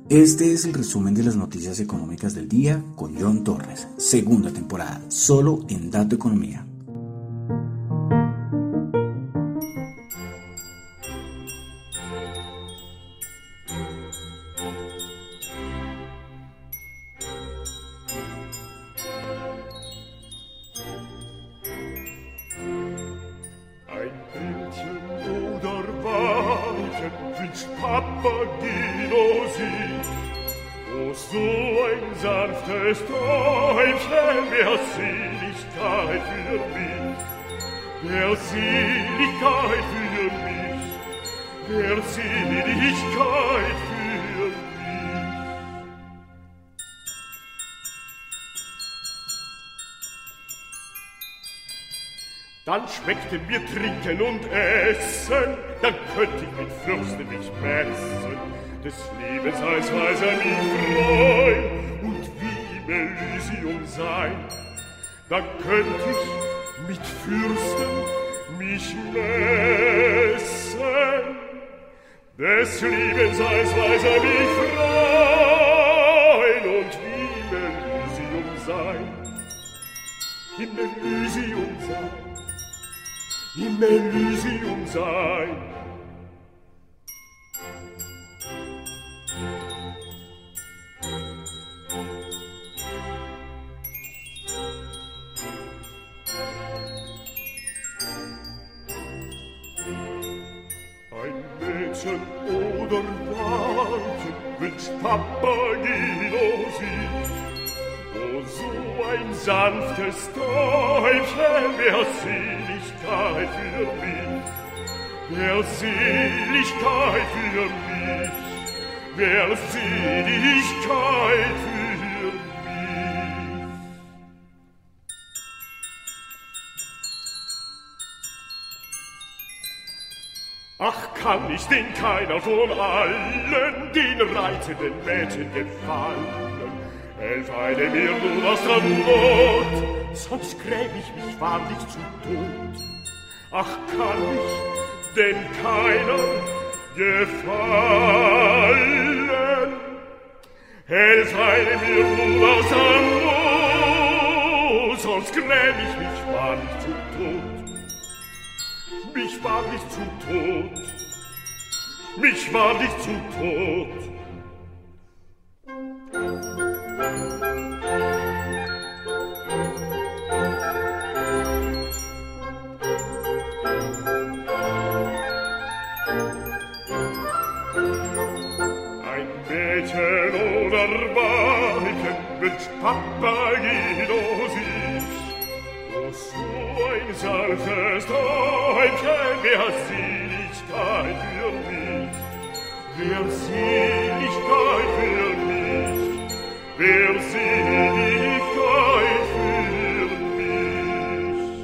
Este es el resumen de las noticias económicas del día con John Torres, segunda temporada, solo en Dato Economía. Sanftes Träumchen, wer Seligkeit für mich, wer Seligkeit für mich, wer Seligkeit für mich. Dann schmeckte mir Trinken und Essen, dann könnte ich mit Fürsten mich messen, des Lebens als weiser mich freuen und wie im Elysium sein. Dann könnt ich mit Fürsten mich messen, des Lebens als weiser mich freuen und wie im Elysium sein. Im Elysium sein, im Elysium sein. Oder Weibchen wünscht Papageno sich. Oh, so ein sanftes Träumchen, wer Seligkeit für mich, wer Seligkeit für mich, wer Seligkeit für mich. Ach, kann ich denn keiner von allen den reizenden Mädchen gefallen? Helf eine mir nur aus der Not, sonst gräb ich mich wahrlich zu Tod. Ach, kann ich denn keiner gefallen? Helf eine mir nur aus der Not, sonst gräb ich mich wahrlich zu Tod. Mich war nicht zu tot, mich war nicht zu tot. Ein Mädchen oder Weibchen wünscht Papageno sich. Oh, so ein sanftes Träumchen, wer Seligkeit für mich, wer Seligkeit für mich, wer Seligkeit für mich.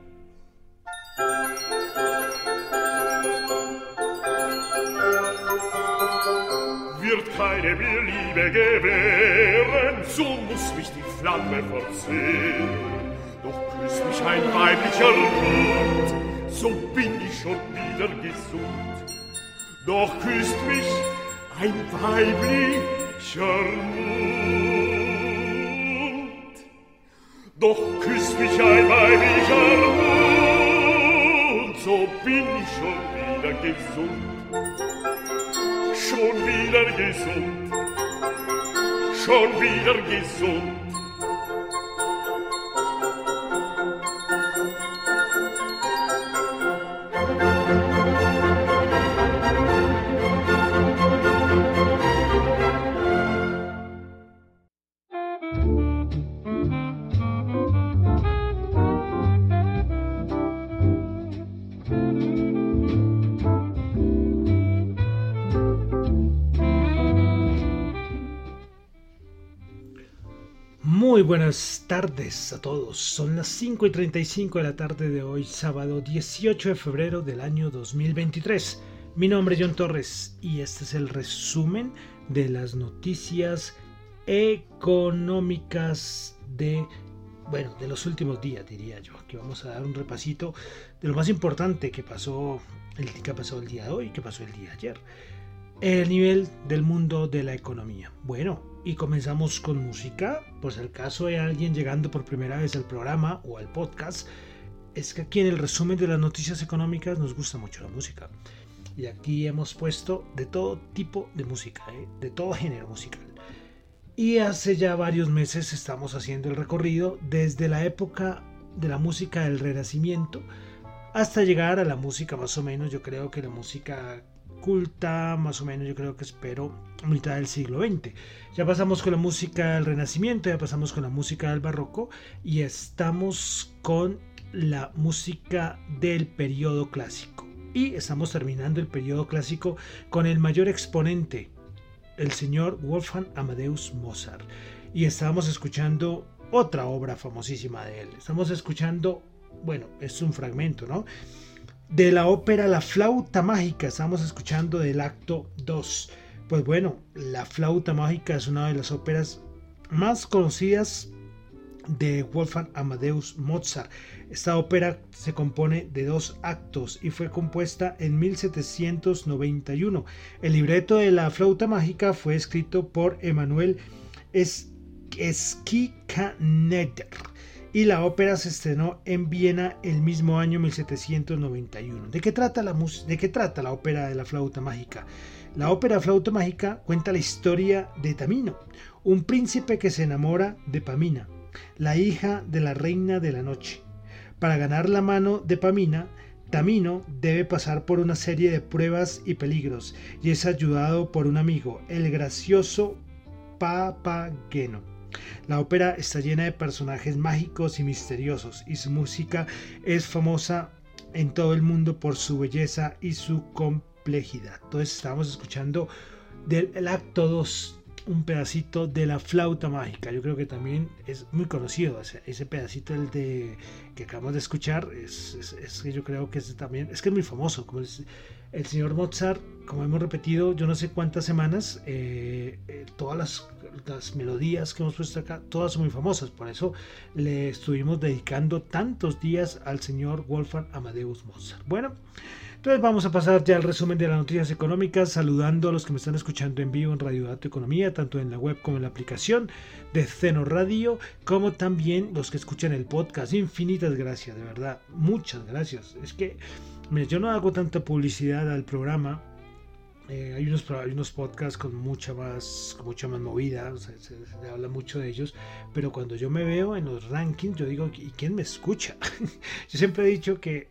Wird keine mir Liebe gewähren, so muss mich die Flamme verzehren. Doch küsst mich ein weiblicher Mund, so bin ich schon wieder gesund. Doch küsst mich ein weiblicher Mund. Doch küsst mich ein weiblicher Mund, so bin ich schon wieder gesund. Schon wieder gesund, schon wieder gesund. Muy buenas tardes a todos, son las 5:35 de la tarde de hoy, sábado 18 de febrero del año 2023. Mi nombre es John Torres y este es el resumen de las noticias económicas de los últimos días, diría yo. Aquí vamos a dar un repasito de lo más importante que pasó el día de hoy, que pasó el día de ayer. el nivel del mundo de la economía. Bueno, y comenzamos con música. Pues el caso de alguien llegando por primera vez al programa o al podcast, es que aquí en el resumen de las noticias económicas nos gusta mucho la música. Y aquí hemos puesto de todo tipo de música, de todo género musical. Y hace ya varios meses estamos haciendo el recorrido desde la época de la música del Renacimiento hasta llegar a la música más o menos, yo creo que la música culta, más o menos yo creo que espero mitad del siglo XX. Ya pasamos con la música del Renacimiento, ya pasamos con la música del Barroco y estamos con la música del periodo clásico. Y estamos terminando el periodo clásico con el mayor exponente, el señor Wolfgang Amadeus Mozart. Y estábamos escuchando otra obra famosísima de él. Estamos escuchando, bueno, es un fragmento, ¿no?, de la ópera La Flauta Mágica. Estamos escuchando del acto 2. Pues bueno, La Flauta Mágica es una de las óperas más conocidas de Wolfgang Amadeus Mozart. Esta ópera se compone de 2 actos y fue compuesta en 1791. El libreto de La Flauta Mágica fue escrito por Emanuel Schikaneder y la ópera se estrenó en Viena el mismo año 1791. ¿De qué trata la ópera de La Flauta Mágica? La ópera Flauta Mágica cuenta la historia de Tamino, un príncipe que se enamora de Pamina, la hija de la reina de la noche. Para ganar la mano de Pamina, Tamino debe pasar por una serie de pruebas y peligros y es ayudado por un amigo, el gracioso Papageno. La ópera está llena de personajes mágicos y misteriosos y su música es famosa en todo el mundo por su belleza y su complejidad. Entonces estamos escuchando del acto 2 un pedacito de La Flauta Mágica. Yo creo que también es muy conocido ese pedacito que acabamos de escuchar. Es que yo creo que es que es muy famoso, como el señor Mozart, como hemos repetido yo no sé cuántas semanas, todas las melodías que hemos puesto acá, todas son muy famosas. Por eso le estuvimos dedicando tantos días al señor Wolfgang Amadeus Mozart. Bueno, entonces vamos a pasar ya al resumen de las noticias económicas, saludando a los que me están escuchando en vivo en Radio Dato Economía, tanto en la web como en la aplicación de Zeno Radio, como también los que escuchan el podcast. Infinitas gracias, de verdad, muchas gracias. Es que yo no hago tanta publicidad al programa. Hay unos podcasts con mucha más movida, se habla mucho de ellos, pero cuando yo me veo en los rankings, yo digo, ¿y quién me escucha? Yo siempre he dicho que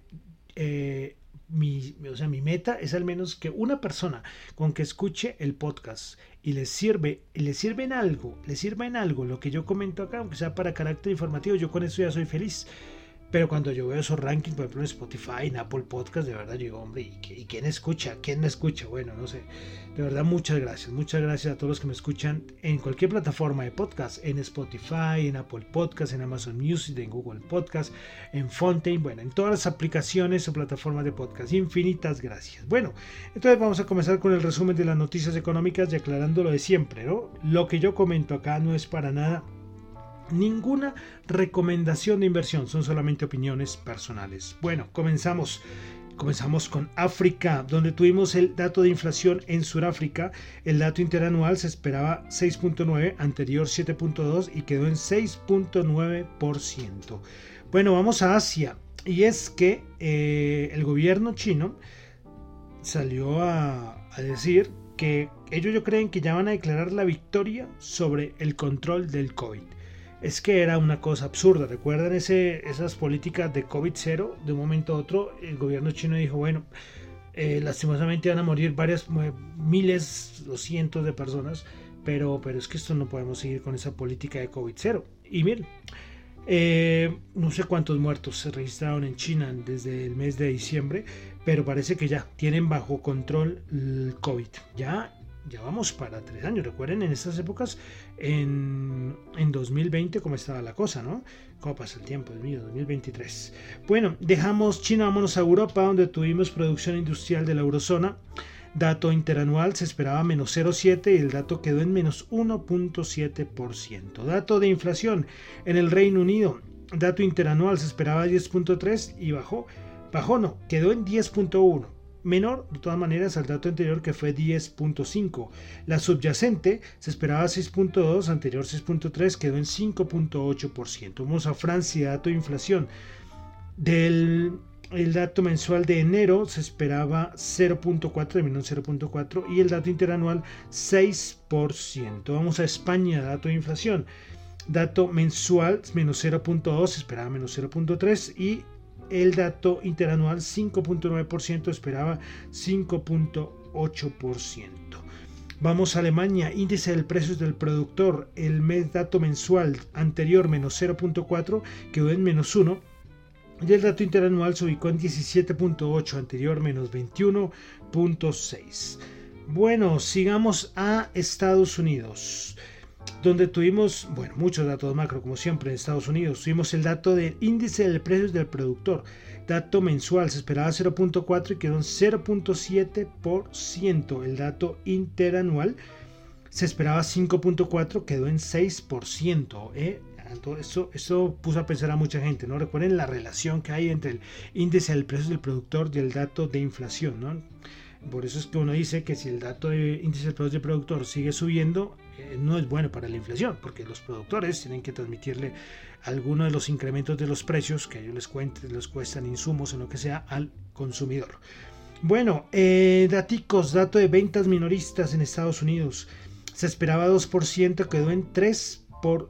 mi meta es al menos que una persona con que escuche el podcast y le sirve en algo lo que yo comento acá, aunque sea para carácter informativo, yo con eso ya soy feliz. Pero cuando yo veo esos rankings, por ejemplo en Spotify, en Apple Podcast, de verdad yo digo, hombre, ¿y quién escucha? ¿Quién me escucha? Bueno, no sé. De verdad, muchas gracias a todos los que me escuchan en cualquier plataforma de podcast, en Spotify, en Apple Podcast, en Amazon Music, en Google Podcast, en Fontaine, bueno, en todas las aplicaciones o plataformas de podcast. Infinitas gracias. Bueno, entonces vamos a comenzar con el resumen de las noticias económicas y aclarando lo de siempre, ¿no? Lo que yo comento acá no es para nada ninguna recomendación de inversión, son solamente opiniones personales. Bueno, comenzamos con África, donde tuvimos el dato de inflación en Sudáfrica. El dato interanual se esperaba 6.9, anterior 7.2 y quedó en 6.9%. Bueno, vamos a Asia, y es que el gobierno chino salió a decir que ellos creen que ya van a declarar la victoria sobre el control del COVID. Es que era una cosa absurda. ¿Recuerdan esas políticas de COVID-0? De un momento a otro el gobierno chino dijo, bueno, lastimosamente van a morir miles o cientos de personas, pero es que esto no podemos seguir con esa política de COVID-0. Y miren, no sé cuántos muertos se registraron en China desde el mes de diciembre, pero parece que ya tienen bajo control el COVID. Ya vamos para 3 años. Recuerden en estas épocas, en 2020, cómo estaba la cosa, ¿no? Cómo pasa el tiempo, Dios mío, 2023. Bueno, dejamos China, vámonos a Europa, donde tuvimos producción industrial de la eurozona. Dato interanual se esperaba menos 0,7 y el dato quedó en menos 1.7%. Dato de inflación en el Reino Unido. Dato interanual se esperaba 10.3 y quedó en 10.1. menor de todas maneras al dato anterior, que fue 10.5. La subyacente se esperaba 6.2, anterior 6.3, quedó en 5.8%. Vamos a Francia, dato de inflación. El dato mensual de enero se esperaba 0.4, terminó en 0.4, y el dato interanual 6%. Vamos a España, dato de inflación. Dato mensual menos 0.2, se esperaba menos 0.3, y el dato interanual 5.9%, esperaba 5.8%. Vamos a Alemania, índice de precios del productor, el dato mensual anterior menos 0.4, quedó en menos 1, y el dato interanual se ubicó en 17.8, anterior menos 21.6. Bueno, sigamos a Estados Unidos, donde tuvimos, muchos datos macro, como siempre en Estados Unidos. Tuvimos el dato del índice de precios del productor, dato mensual, se esperaba 0.4 y quedó en 0.7%. El dato interanual se esperaba 5.4, quedó en 6%. Eso puso a pensar a mucha gente, ¿no? Recuerden la relación que hay entre el índice de precios del productor y el dato de inflación, ¿no? Por eso es que uno dice que si el dato de índice de precios del productor sigue subiendo, no es bueno para la inflación, porque los productores tienen que transmitirle algunos de los incrementos de los precios que a ellos les cuestan insumos o lo que sea al consumidor. Bueno, dato de ventas minoristas en Estados Unidos. Se esperaba 2%, quedó en 3%.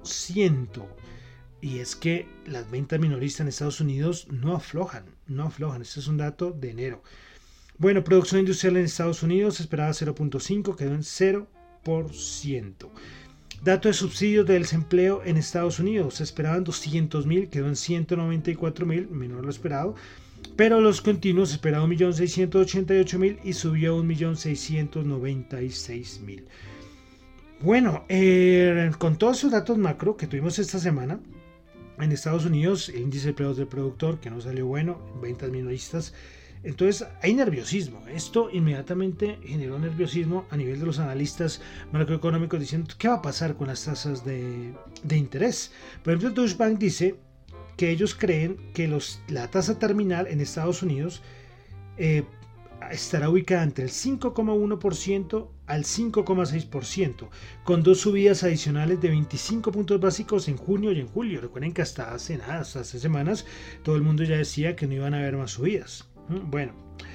Y es que las ventas minoristas en Estados Unidos no aflojan. Este es un dato de enero. Bueno, producción industrial en Estados Unidos se esperaba 0.5, quedó en 0%. Dato de subsidios de desempleo en Estados Unidos, se esperaban 200.000, quedó en 194.000, menor lo esperado. Pero los continuos se esperaba 1.688.000 y subió a 1.696.000. Bueno, con todos esos datos macro que tuvimos esta semana, en Estados Unidos, el índice de precios del productor, que no salió bueno, ventas minoristas, entonces hay nerviosismo. Esto inmediatamente generó nerviosismo a nivel de los analistas macroeconómicos, diciendo qué va a pasar con las tasas de interés. Por ejemplo, el Deutsche Bank dice que ellos creen que la tasa terminal en Estados Unidos estará ubicada entre el 5,1% al 5,6%, con dos subidas adicionales de 25 puntos básicos en junio y en julio. Recuerden que hasta hace semanas, todo el mundo ya decía que no iban a haber más subidas. Bueno,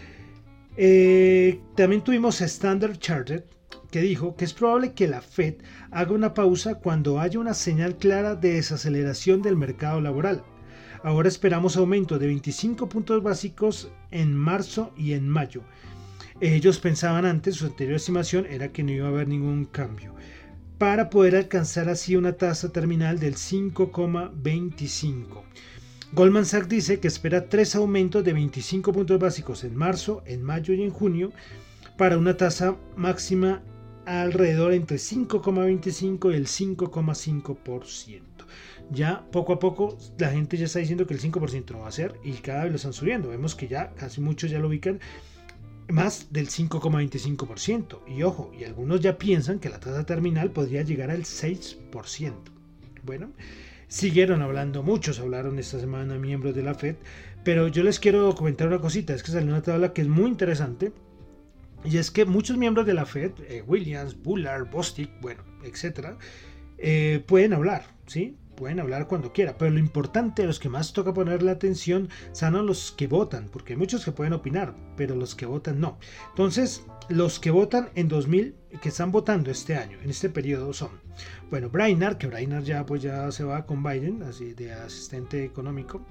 también tuvimos a Standard Chartered, que dijo que es probable que la Fed haga una pausa cuando haya una señal clara de desaceleración del mercado laboral. Ahora esperamos aumento de 25 puntos básicos en marzo y en mayo. Ellos pensaban antes, su anterior estimación era que no iba a haber ningún cambio, para poder alcanzar así una tasa terminal del 5,25. Goldman Sachs dice que espera 3 aumentos de 25 puntos básicos en marzo, en mayo y en junio, para una tasa máxima alrededor entre 5,25 y el 5,5%. Ya poco a poco la gente ya está diciendo que el 5% no va a ser, y cada vez lo están subiendo. Vemos que ya casi muchos ya lo ubican más del 5,25%. Y ojo, y algunos ya piensan que la tasa terminal podría llegar al 6%. Bueno, muchos hablaron esta semana miembros de la Fed, pero yo les quiero comentar una cosita. Es que salió una tabla que es muy interesante, y es que muchos miembros de la Fed, Williams, Bullard, Bostic, etcétera, pueden hablar, ¿sí? Pueden hablar cuando quiera, pero lo importante, los que más toca ponerle atención, son los que votan, porque hay muchos que pueden opinar, pero los que votan no. Entonces, los que votan en 2000, que están votando este año, en este periodo, son, Brainard, que Brainard ya se va con Biden, así de asistente económico.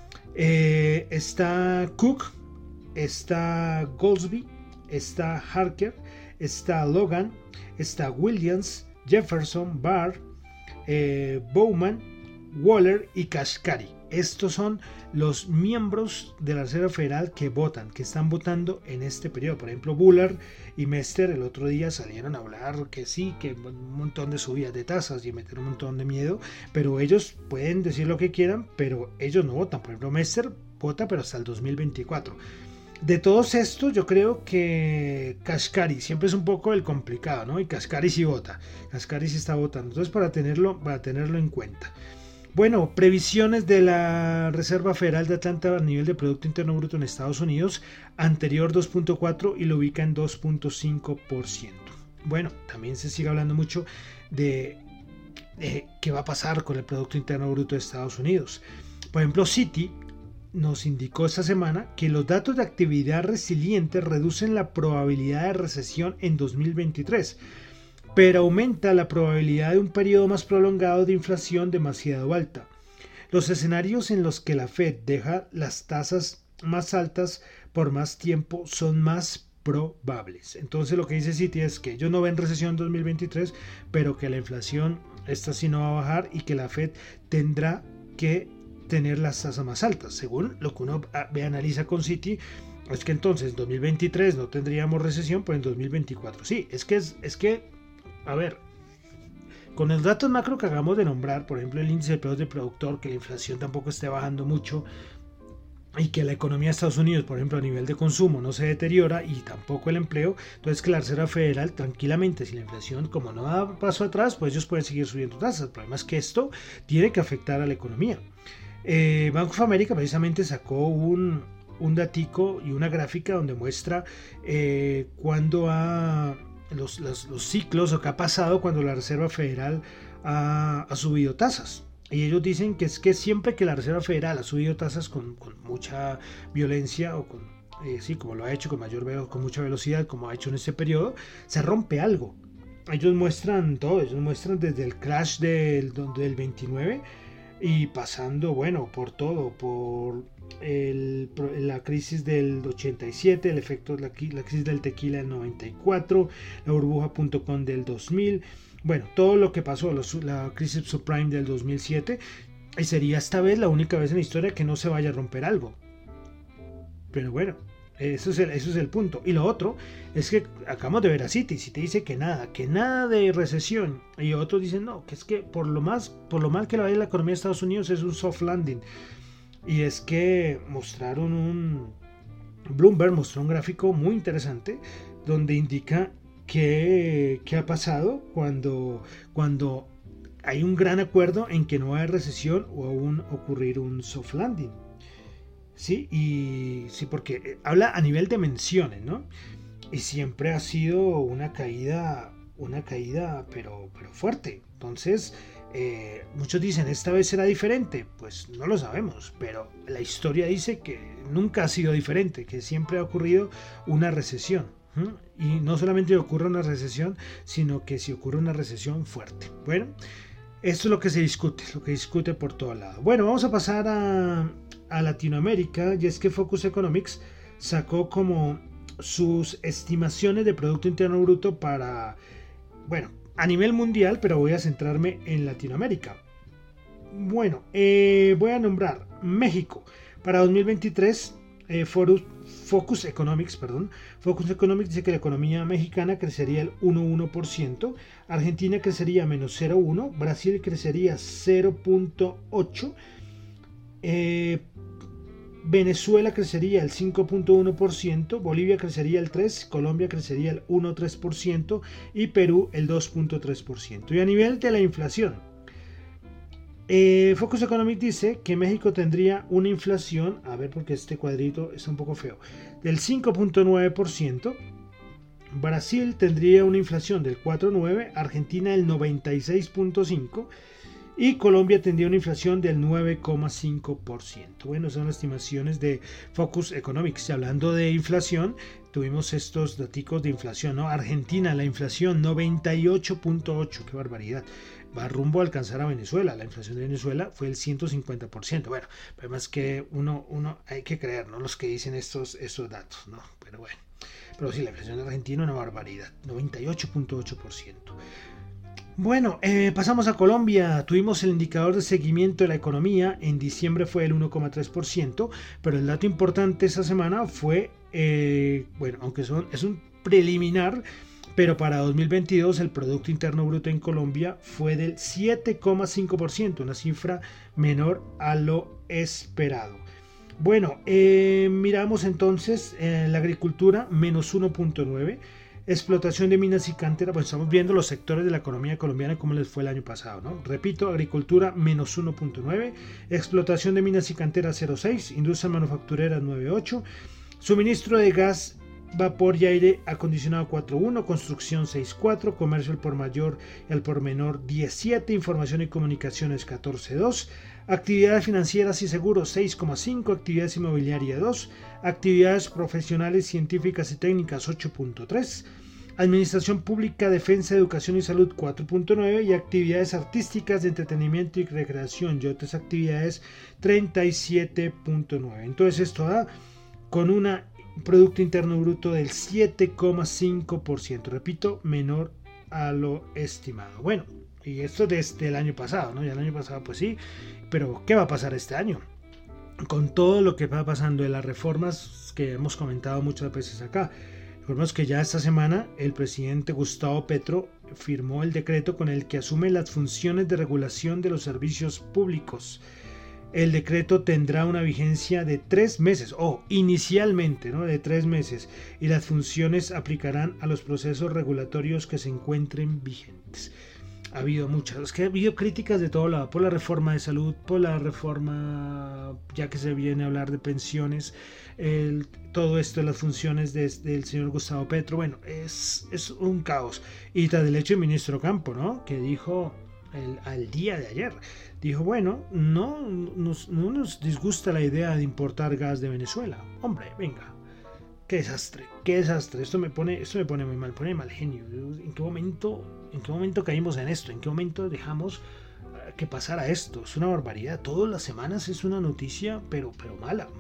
Está Cook, está Goldsby, está Harker, está Logan, está Williams, Jefferson, Barr, Bowman, Waller y Kashkari. Estos son los miembros de la Reserva Federal que están votando en este periodo. Por ejemplo, Bullard y Mester el otro día salieron a hablar que sí, que un montón de subidas de tasas y meter un montón de miedo, pero ellos pueden decir lo que quieran, pero ellos no votan. Por ejemplo, Mester vota pero hasta el 2024. De todos estos, yo creo que Kashkari siempre es un poco el complicado, ¿no? Y Kashkari sí vota, Kashkari sí está votando. Entonces, para tenerlo en cuenta. Bueno, previsiones de la Reserva Federal de Atlanta a nivel de Producto Interno Bruto en Estados Unidos, anterior 2.4 y lo ubica en 2.5%. Bueno, también se sigue hablando mucho de qué va a pasar con el Producto Interno Bruto de Estados Unidos. Por ejemplo, Citi nos indicó esta semana que los datos de actividad resiliente reducen la probabilidad de recesión en 2023, pero aumenta la probabilidad de un periodo más prolongado de inflación demasiado alta. Los escenarios en los que la Fed deja las tasas más altas por más tiempo son más probables. Entonces lo que dice Citi es que ellos no ven recesión en 2023, pero que la inflación esta sí no va a bajar y que la Fed tendrá que tener las tasas más altas. Según lo que uno analiza con Citi, es que entonces en 2023 no tendríamos recesión, pero en 2024 sí. Es que a ver, con los datos macro que acabamos de nombrar, por ejemplo el índice de precios del productor, que la inflación tampoco esté bajando mucho y que la economía de Estados Unidos, por ejemplo, a nivel de consumo no se deteriora y tampoco el empleo, entonces que la Reserva Federal tranquilamente, si la inflación como no da paso atrás, pues ellos pueden seguir subiendo tasas. El problema es que esto tiene que afectar a la economía. Bank of America precisamente sacó un datico y una gráfica donde muestra cuándo los ciclos o qué ha pasado cuando la Reserva Federal ha subido tasas. Y ellos dicen que es que siempre que la Reserva Federal ha subido tasas con mucha violencia o como lo ha hecho con mucha velocidad, como ha hecho en este periodo, se rompe algo. Ellos muestran todo, ellos muestran desde el crash del 29 y pasando, bueno, por todo, por la crisis del 87, el efecto de la crisis del tequila del 94, la burbuja.com del 2000, bueno, todo lo que pasó, la crisis subprime del 2007, y sería esta vez la única vez en la historia que no se vaya a romper algo. Pero bueno, eso es el punto. Y lo otro es que acabamos de ver a Citi dice que nada de recesión, y otros dicen no, que es que por lo mal que la vaya la economía de Estados Unidos es un soft landing. Y es que Bloomberg mostró un gráfico muy interesante donde indica qué ha pasado cuando hay un gran acuerdo en que no va a haber recesión o aún ocurrir un soft landing. Sí, y sí, porque habla a nivel de menciones, ¿no? Y siempre ha sido una caída pero fuerte. Entonces, muchos dicen, esta vez será diferente. Pues no lo sabemos, pero la historia dice que nunca ha sido diferente, que siempre ha ocurrido una recesión. Y no solamente ocurre una recesión, sino que si ocurre una recesión fuerte. Bueno, esto es lo que se discute por todo lado. Bueno, vamos a pasar a Latinoamérica, y es que Focus Economics sacó como sus estimaciones de Producto Interno Bruto para, bueno, a nivel mundial, pero voy a centrarme en Latinoamérica. Bueno, voy a nombrar México para 2023. Focus Economics dice que la economía mexicana crecería el 1,1%, Argentina crecería menos 0,1%, Brasil crecería 0,8%, Venezuela crecería el 5,1%, Bolivia crecería el 3%, Colombia crecería el 1,3% y Perú el 2,3%. Y a nivel de la inflación, Focus Economics dice que México tendría una inflación, a ver porque este cuadrito está un poco feo, del 5,9%, Brasil tendría una inflación del 4,9%, Argentina del 96,5% y Colombia tendría una inflación del 9,5%. Bueno, son las estimaciones de Focus Economics. Y hablando de inflación, tuvimos estos datos de inflación, ¿no? Argentina, la inflación 98,8%, qué barbaridad. Va rumbo a alcanzar a Venezuela. La inflación de Venezuela fue el 150%. Bueno, además que uno hay que creer, ¿no? Los que dicen estos datos, ¿no? Pero bueno. Pero sí, la inflación de Argentina una barbaridad, 98,8%. Bueno, pasamos a Colombia. Tuvimos el indicador de seguimiento de la economía. En diciembre fue el 1,3%, pero el dato importante esta semana fue, bueno, aunque es un preliminar, pero para 2022 el Producto Interno Bruto en Colombia fue del 7,5%, una cifra menor a lo esperado. Bueno, miramos entonces la agricultura, menos 1,9%. explotación de minas y canteras, pues estamos viendo los sectores de la economía colombiana cómo les fue el año pasado, ¿no? Repito, agricultura menos 1.9, explotación de minas y canteras 0.6, industria manufacturera 9.8, suministro de gas, vapor y aire acondicionado 4.1, construcción 6.4, comercio al por mayor y al por menor 10.7, información y comunicaciones 14.2, actividades financieras y seguros 6.5, actividades inmobiliarias 2, actividades profesionales, científicas y técnicas 8.3, administración pública, defensa, educación y salud 4.9 y actividades artísticas, de entretenimiento y recreación y otras actividades 37.9. Entonces esto da con un Producto Interno Bruto del 7,5%, repito, menor a lo estimado. Bueno, y esto desde el año pasado, ¿no? Ya el año pasado pues sí, pero ¿qué va a pasar este año? Con todo lo que va pasando de las reformas que hemos comentado muchas veces acá. Recordemos que ya esta semana el presidente Gustavo Petro firmó el decreto con el que asume las funciones de regulación de los servicios públicos. El decreto tendrá una vigencia de 3 meses, inicialmente, ¿no? De 3 meses, y las funciones aplicarán a los procesos regulatorios que se encuentren vigentes. Ha habido críticas de todo lado, por la reforma de salud, por la reforma, ya que se viene a hablar de pensiones, todo esto de las funciones del señor Gustavo Petro. Bueno, es un caos. Y tras el hecho del ministro Campo, ¿no? Que dijo al día de ayer, dijo, bueno, no nos disgusta la idea de importar gas de Venezuela. Hombre, venga. Qué desastre. Esto me pone muy mal, pone mal genio. ¿En qué momento caímos en esto? ¿En qué momento dejamos que pasara esto? Es una barbaridad. Todas las semanas es una noticia, pero mala.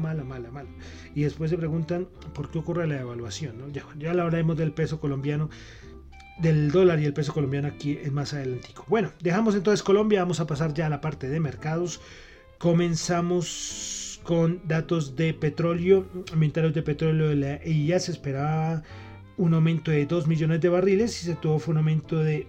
Y después se preguntan por qué ocurre la devaluación, ¿no? Ya hablaremos del peso colombiano, del dólar y el peso colombiano aquí más adelantico. Bueno, dejamos entonces Colombia, vamos a pasar ya a la parte de mercados. Comenzamos con datos de petróleo. Inventarios de petróleo de la EIA, se esperaba un aumento de 2 millones de barriles y se tuvo un aumento de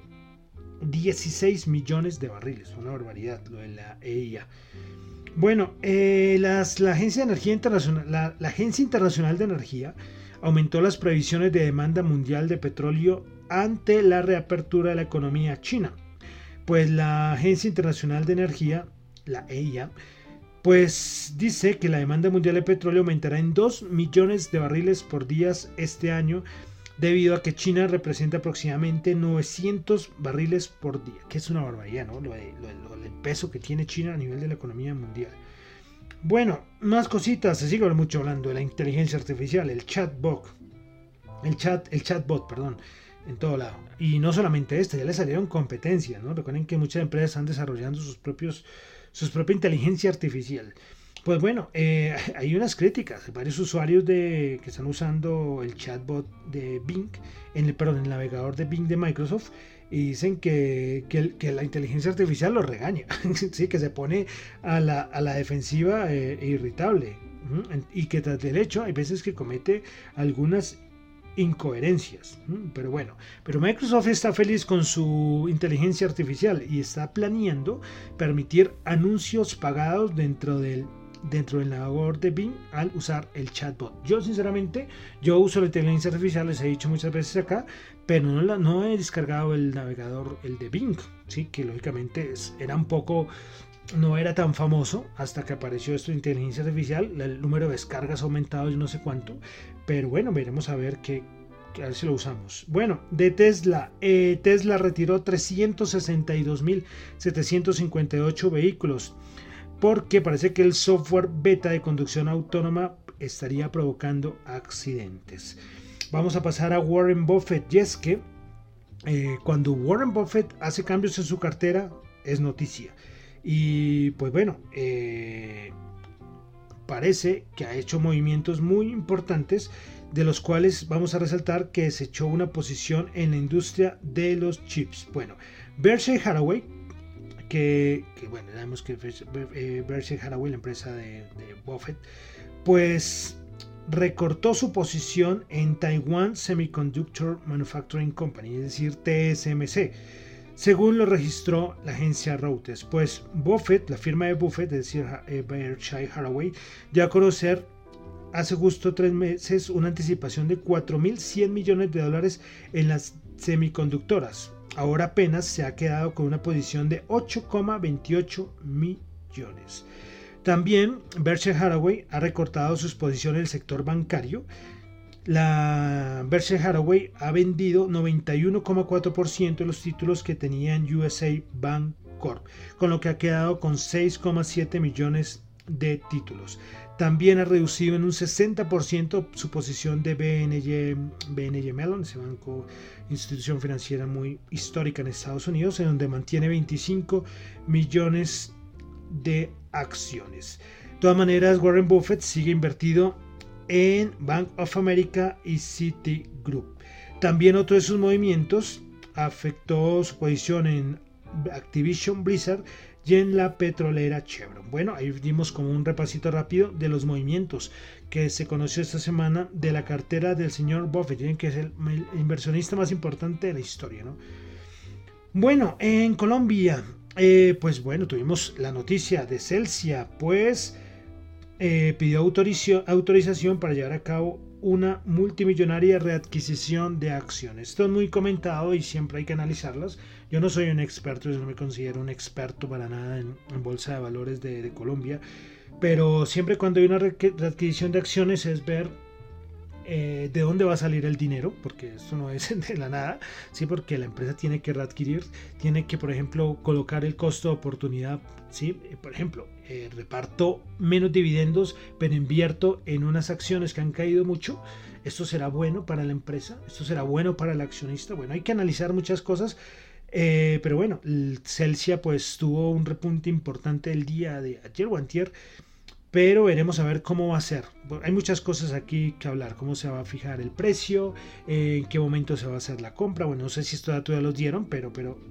16 millones de barriles. Una barbaridad lo de la EIA. Bueno, la Agencia de Energía Internacional, la Agencia Internacional de Energía aumentó las previsiones de demanda mundial de petróleo ante la reapertura de la economía china. Pues la Agencia Internacional de Energía, la EIA, pues dice que la demanda mundial de petróleo aumentará en 2 millones de barriles por día este año, debido a que China representa aproximadamente 900 barriles por día, que es una barbaridad, ¿no? El peso que tiene China a nivel de la economía mundial. Bueno, más cositas, se sigue mucho hablando de la inteligencia artificial, el chatbot, en todo lado. Y no solamente ya le salieron competencias, ¿no? Recuerden que muchas empresas están desarrollando su propia inteligencia artificial. Pues bueno, hay unas críticas. Varios usuarios que están usando el chatbot de Bing, el navegador de Bing de Microsoft, y dicen que la inteligencia artificial lo regaña, ¿sí? Que se pone a la defensiva irritable, y que tras del hecho hay veces que comete algunas incoherencias, pero bueno, Microsoft está feliz con su inteligencia artificial y está planeando permitir anuncios pagados dentro del navegador de Bing al usar el chatbot. Yo sinceramente, uso la inteligencia artificial, les he dicho muchas veces acá, pero no he descargado el navegador, el de Bing, ¿sí? Que lógicamente no era tan famoso hasta que apareció esto de inteligencia artificial. El número de descargas ha aumentado y no sé cuánto, pero bueno, veremos a ver a ver si lo usamos. Bueno, de Tesla, Tesla retiró 362.758 vehículos porque parece que el software beta de conducción autónoma estaría provocando accidentes. Vamos a pasar a Warren Buffett, y es que cuando Warren Buffett hace cambios en su cartera es noticia. Y pues bueno, parece que ha hecho movimientos muy importantes, de los cuales vamos a resaltar que se echó una posición en la industria de los chips. Bueno, Berkshire Hathaway, que bueno, sabemos que Berkshire Hathaway, la empresa de Buffett, pues recortó su posición en Taiwan Semiconductor Manufacturing Company, es decir, TSMC, según lo registró la agencia Reuters. Pues Buffett, la firma de Buffett, es decir, Berkshire Hathaway, dio a conocer hace justo 3 meses una anticipación de $4.100 millones en las semiconductoras. Ahora apenas se ha quedado con una posición de 8,28 millones. También Berkshire Hathaway ha recortado sus posiciones en el sector bancario. La Berkshire Hathaway ha vendido 91,4% de los títulos que tenía en USA Bank Corp, con lo que ha quedado con 6,7 millones de títulos. También ha reducido en un 60% su posición de BNY Mellon, ese banco, institución financiera muy histórica en Estados Unidos, en donde mantiene 25 millones de acciones. De todas maneras, Warren Buffett sigue invertido en Bank of America y Citigroup. También otro de sus movimientos afectó su posición en Activision Blizzard y en la petrolera Chevron. Bueno, ahí dimos como un repasito rápido de los movimientos que se conoció esta semana de la cartera del señor Buffett, que es el inversionista más importante de la historia, ¿no? Bueno, en Colombia, pues bueno, tuvimos la noticia de Celsia, pues pidió autorización para llevar a cabo una multimillonaria readquisición de acciones. Esto es muy comentado y siempre hay que analizarlas. Yo no soy un experto, yo no me considero un experto para nada en bolsa de valores de Colombia, pero siempre cuando hay una readquisición de acciones es ver de dónde va a salir el dinero, porque esto no es de la nada, sí, porque la empresa tiene que readquirir, tiene que, por ejemplo, colocar el costo de oportunidad, sí, por ejemplo, reparto menos dividendos, pero invierto en unas acciones que han caído mucho. Esto será bueno para la empresa, esto será bueno para el accionista. Bueno, hay que analizar muchas cosas, pero bueno, Celsia pues tuvo un repunte importante el día de ayer o antier, pero veremos a ver cómo va a ser. Hay muchas cosas aquí que hablar, cómo se va a fijar el precio, en qué momento se va a hacer la compra. Bueno, no sé si estos datos ya los dieron, pero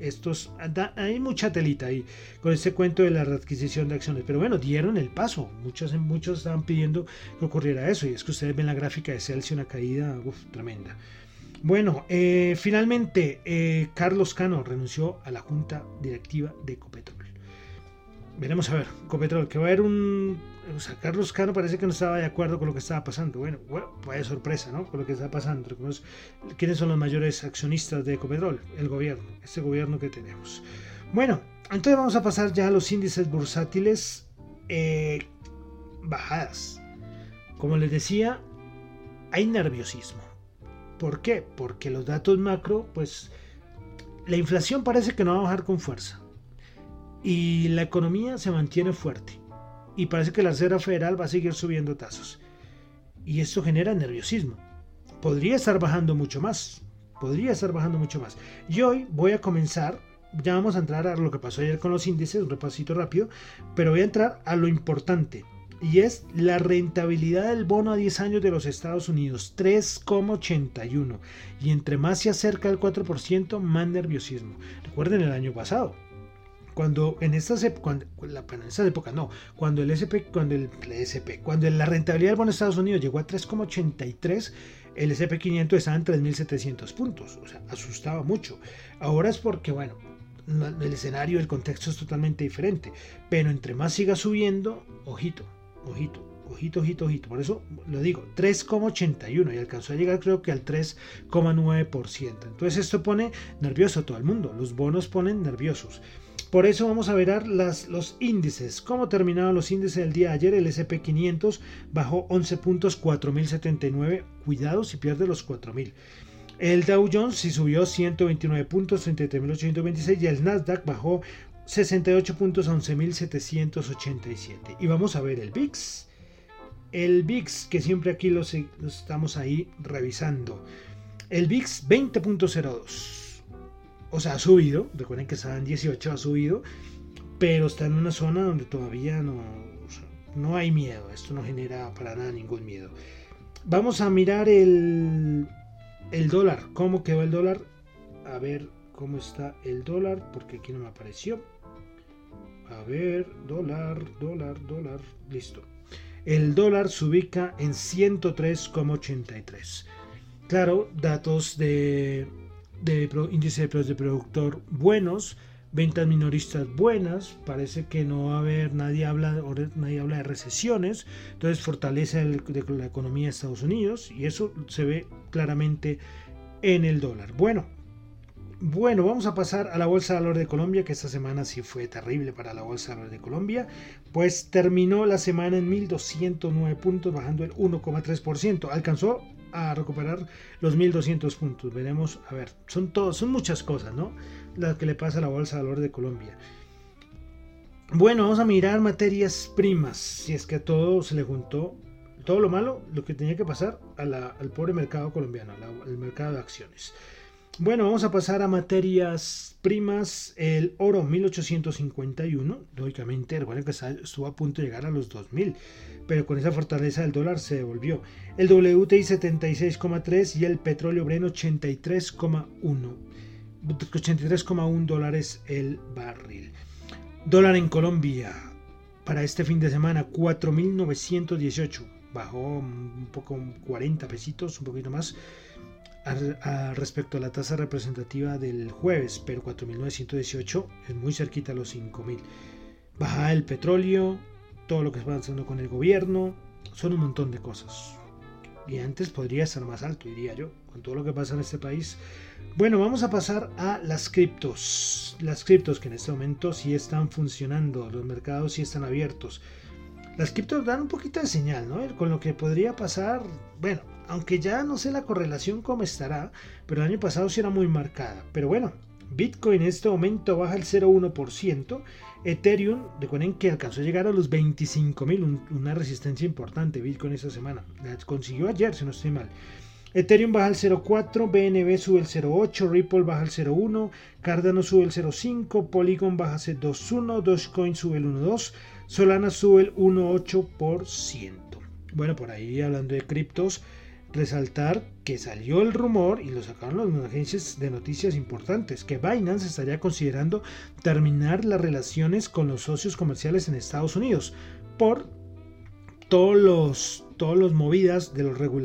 hay mucha telita ahí con este cuento de la readquisición de acciones. Pero bueno, dieron el paso. Muchos estaban pidiendo que ocurriera eso, y es que ustedes ven la gráfica de Celsius, una caída tremenda. Bueno, finalmente Carlos Cano renunció a la junta directiva de Ecopetrol. Veremos a ver, Ecopetrol, que va a haber Carlos Cano parece que no estaba de acuerdo con lo que estaba pasando. Bueno, vaya sorpresa, ¿no? Con lo que está pasando. ¿Quiénes son los mayores accionistas de Ecopetrol? El gobierno, este gobierno que tenemos. Bueno, entonces vamos a pasar ya a los índices bursátiles. Bajadas. Como les decía, hay nerviosismo. ¿Por qué? Porque los datos macro, pues la inflación parece que no va a bajar con fuerza. Y la economía se mantiene fuerte. Y parece que la Reserva Federal va a seguir subiendo tasas. Y esto genera nerviosismo. Podría estar bajando mucho más. Y hoy voy a comenzar, ya vamos a entrar a lo que pasó ayer con los índices, un repasito rápido, pero voy a entrar a lo importante. Y es la rentabilidad del bono a 10 años de los Estados Unidos, 3,81. Y entre más se acerca al 4%, más nerviosismo. Recuerden el año pasado. Cuando la rentabilidad del bono de Estados Unidos llegó a 3,83, el S&P 500 estaba en 3.700 puntos, o sea, asustaba mucho. Ahora es porque, bueno, el escenario, el contexto es totalmente diferente, pero entre más siga subiendo, ojito. Por eso lo digo, 3,81 y alcanzó a llegar creo que al 3,9%. Entonces esto pone nervioso a todo el mundo, los bonos ponen nerviosos. Por eso vamos a ver los índices. ¿Cómo terminaron los índices del día de ayer? El S&P 500 bajó 11 puntos, 4.079. Cuidado si pierde los 4.000. El Dow Jones sí subió 129 puntos, 33.826. Y el Nasdaq bajó 68 puntos, 11.787. Y vamos a ver el VIX. El VIX, que siempre aquí los estamos ahí revisando. El VIX 20.02. O sea, ha subido, recuerden que estaba en 18, ha subido, pero está en una zona donde todavía no hay miedo, esto no genera para nada ningún miedo. Vamos a mirar el dólar, cómo quedó el dólar, a ver cómo está el dólar, porque aquí no me apareció. A ver, dólar, listo. El dólar se ubica en 103,83. Claro, datos de índice de precios de productor buenos, ventas minoristas buenas, parece que no va a haber, nadie habla de recesiones, entonces fortalece de la economía de Estados Unidos y eso se ve claramente en el dólar. Bueno, vamos a pasar a la Bolsa de Valores de Colombia, que esta semana sí fue terrible para la Bolsa de Valores de Colombia, pues terminó la semana en 1.209 puntos, bajando el 1,3%, alcanzó a recuperar los 1.200 puntos. Veremos, a ver, son muchas cosas, ¿no? Las que le pasa a la Bolsa de Valores de Colombia. Bueno, vamos a mirar materias primas, si es que a todo se le juntó todo lo malo, lo que tenía que pasar al pobre mercado colombiano, al mercado de acciones. Bueno, vamos a pasar a materias primas. El oro 1851, lógicamente, recuerden que estuvo a punto de llegar a los 2000, pero con esa fortaleza del dólar se devolvió. El WTI 76,3 y el petróleo Brent 83,1 dólares el barril. Dólar en Colombia para este fin de semana 4.918, bajó un poco, 40 pesitos, un poquito más respecto a la tasa representativa del jueves, pero 4.918 es muy cerquita a los 5.000. Baja el petróleo, todo lo que está pasando con el gobierno, son un montón de cosas. Y antes podría estar más alto, diría yo, con todo lo que pasa en este país. Bueno, vamos a pasar a las criptos. Las criptos que en este momento sí están funcionando, los mercados sí están abiertos. Las criptos dan un poquito de señal, ¿no? Con lo que podría pasar, bueno, aunque ya no sé la correlación cómo estará, pero el año pasado sí era muy marcada. Pero bueno, Bitcoin en este momento baja el 0,1%. Ethereum, recuerden que alcanzó a llegar a los 25.000, una resistencia importante Bitcoin esta semana. La consiguió ayer, si no estoy mal. Ethereum baja el 0,4, BNB sube el 0,8, Ripple baja el 0,1, Cardano sube el 0,5, Polygon baja el 2,1, Dogecoin sube el 1,2, Solana sube el 1,8%. Bueno, por ahí hablando de criptos, resaltar que salió el rumor y lo sacaron las agencias de noticias importantes, que Binance estaría considerando terminar las relaciones con los socios comerciales en Estados Unidos por todos los movidas de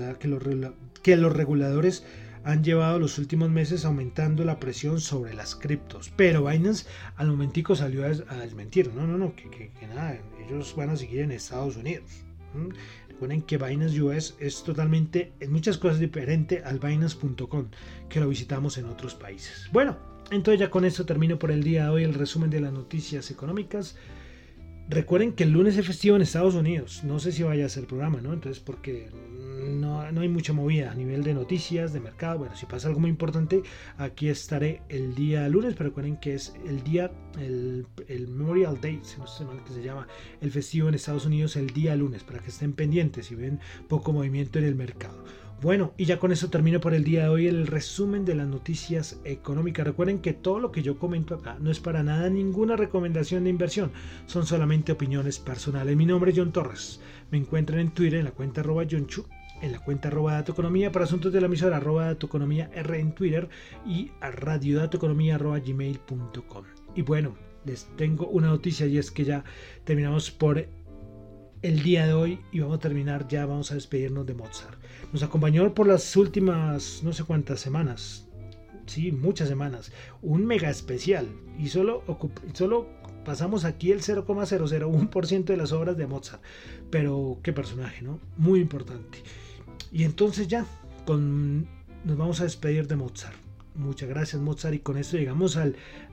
que los reguladores han llevado los últimos meses, aumentando la presión sobre las criptos. Pero Binance al momentico salió a desmentir, no, que nada, ellos van a seguir en Estados Unidos. Recuerden que Binance US es totalmente, en muchas cosas diferente al Binance.com, que lo visitamos en otros países. Bueno, entonces ya con esto termino por el día de hoy el resumen de las noticias económicas. Recuerden que el lunes es festivo en Estados Unidos. No sé si vaya a ser programa, ¿no? Entonces, porque no hay mucha movida a nivel de noticias, de mercado. Bueno, si pasa algo muy importante, aquí estaré el día lunes. Pero recuerden que es el día, el Memorial Day, si no sé mal que se llama, el festivo en Estados Unidos el día lunes, para que estén pendientes y ven poco movimiento en el mercado. Bueno, y ya con eso termino por el día de hoy el resumen de las noticias económicas. Recuerden que todo lo que yo comento acá no es para nada ninguna recomendación de inversión, son solamente opiniones personales. Mi nombre es John Torres, me encuentran en Twitter en la cuenta @JohnChu, en la cuenta @datoeconomía, para asuntos de la emisora @datoeconomía R en Twitter y a radiodatoeconomía@gmail.com. Y bueno, les tengo una noticia y es que ya terminamos por el día de hoy y vamos a despedirnos de Mozart. Nos acompañó por las últimas no sé cuántas semanas, sí, muchas semanas, un mega especial y solo pasamos aquí el 0,001% de las obras de Mozart, pero qué personaje, ¿no? Muy importante. Y entonces ya nos vamos a despedir de Mozart. Muchas gracias, Mozart, y con esto llegamos al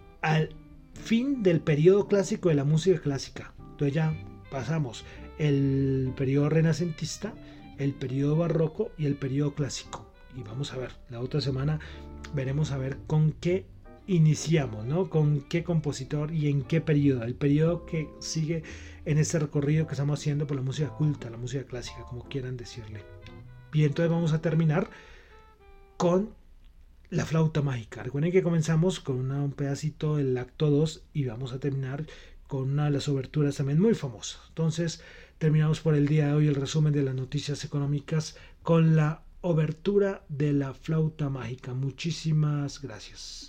fin del periodo clásico de la música clásica. Entonces ya pasamos el periodo renacentista, el periodo barroco y el periodo clásico. Y vamos a ver, la otra semana veremos a ver con qué iniciamos, ¿no? Con qué compositor y en qué periodo. El periodo que sigue en este recorrido que estamos haciendo por la música culta, la música clásica, como quieran decirle. Y entonces vamos a terminar con la flauta mágica. Recuerden que comenzamos con un pedacito del acto 2 y vamos a terminar con una de las oberturas también muy famosas. Entonces terminamos por el día de hoy el resumen de las noticias económicas con la obertura de la flauta mágica. Muchísimas gracias.